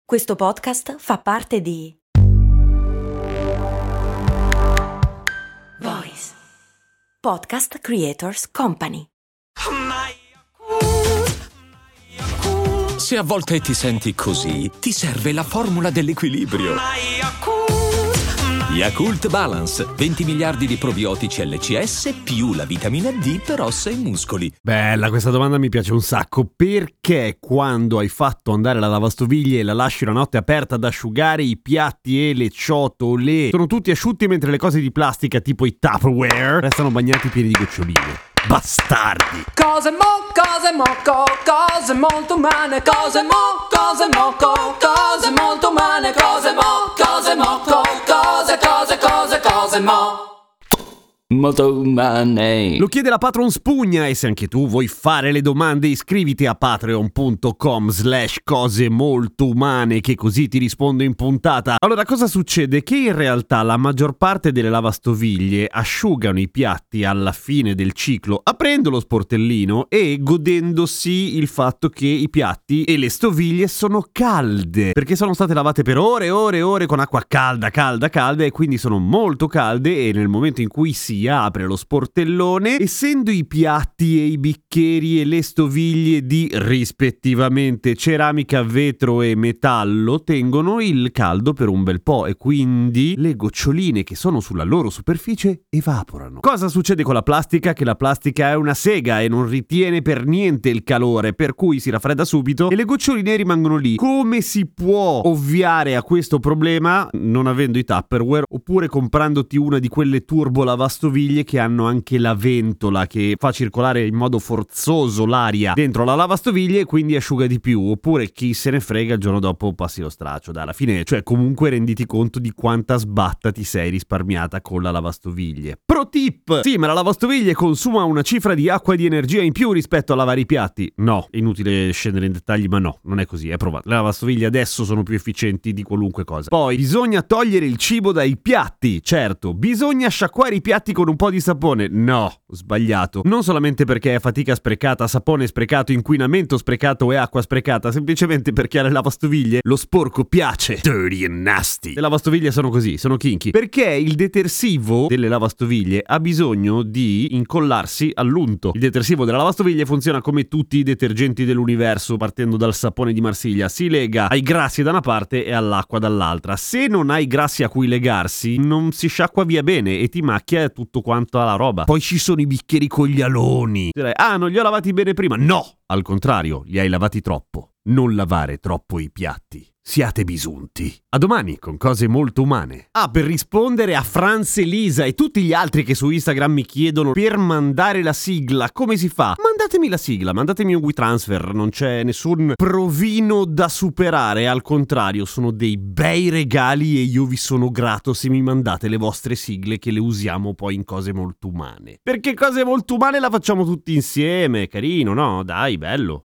Questo podcast fa parte di Voice Podcast Creators Company. Se a volte ti senti così, ti serve la formula dell'equilibrio. Yakult Balance, 20 miliardi di probiotici LCS più la vitamina D per ossa e muscoli. Bella, questa domanda mi piace un sacco. Perché quando hai fatto andare la lavastoviglie e la lasci la notte aperta ad asciugare, i piatti e le ciotole sono tutti asciutti mentre le cose di plastica tipo i Tupperware restano bagnati pieni di goccioline? Bastardi! Cose molto umane, cose molto umane, molto umane. Lo chiede la Patron Spugna, e se anche tu vuoi fare le domande iscriviti a patreon.com/cose molto umane, che così ti rispondo in puntata. Allora, cosa succede? Che in realtà la maggior parte delle lavastoviglie asciugano i piatti alla fine del ciclo aprendo lo sportellino e godendosi il fatto che i piatti e le stoviglie sono calde, perché sono state lavate per ore e ore e ore con acqua calda e quindi sono molto calde, e nel momento in cui si apre lo sportellone, essendo i piatti e i bicchieri e le stoviglie di rispettivamente ceramica, vetro e metallo tengono il caldo per un bel po', e quindi le goccioline che sono sulla loro superficie evaporano. Cosa succede con la plastica? Che la plastica è una sega e non ritiene per niente il calore, per cui si raffredda subito e le goccioline rimangono lì. Come si può ovviare a questo problema? Non avendo i Tupperware, oppure comprandoti una di quelle turbo lavastoviglie che hanno anche la ventola che fa circolare in modo forzoso l'aria dentro la lavastoviglie e quindi asciuga di più. Oppure, chi se ne frega, il giorno dopo passi lo straccio. Alla fine, cioè, comunque renditi conto di quanta sbatta ti sei risparmiata con la lavastoviglie. Pro tip! Sì, ma la lavastoviglie consuma una cifra di acqua e di energia in più rispetto a lavare i piatti. No, è inutile scendere in dettagli, ma no, non è così, è provato. Le lavastoviglie adesso sono più efficienti di qualunque cosa. Poi, bisogna togliere il cibo dai piatti. Certo, bisogna sciacquare i piatti con un po' di sapone. No, sbagliato. Non solamente perché è fatica sprecata, sapone sprecato, inquinamento sprecato e acqua sprecata, semplicemente perché alle lavastoviglie lo sporco piace. Dirty and nasty. Le lavastoviglie sono così, sono kinky. Perché il detersivo delle lavastoviglie ha bisogno di incollarsi all'unto. Il detersivo della lavastoviglie funziona come tutti i detergenti dell'universo, partendo dal sapone di Marsiglia. Si lega ai grassi da una parte e all'acqua dall'altra. Se non hai grassi a cui legarsi, non si sciacqua via bene e ti macchia tutto quanto alla roba. Poi ci sono i bicchieri con gli aloni. Ah, non li ho lavati bene prima. No! Al contrario, li hai lavati troppo. Non lavare troppo i piatti. Siate bisunti. A domani con cose molto umane. Per rispondere a Franz Elisa e tutti gli altri che su Instagram mi chiedono per mandare la sigla, come si fa? Mandatemi la sigla, mandatemi un WeTransfer, non c'è nessun provino da superare, al contrario, sono dei bei regali e io vi sono grato se mi mandate le vostre sigle, che le usiamo poi in cose molto umane. Perché cose molto umane la facciamo tutti insieme, carino, no? Dai, bello.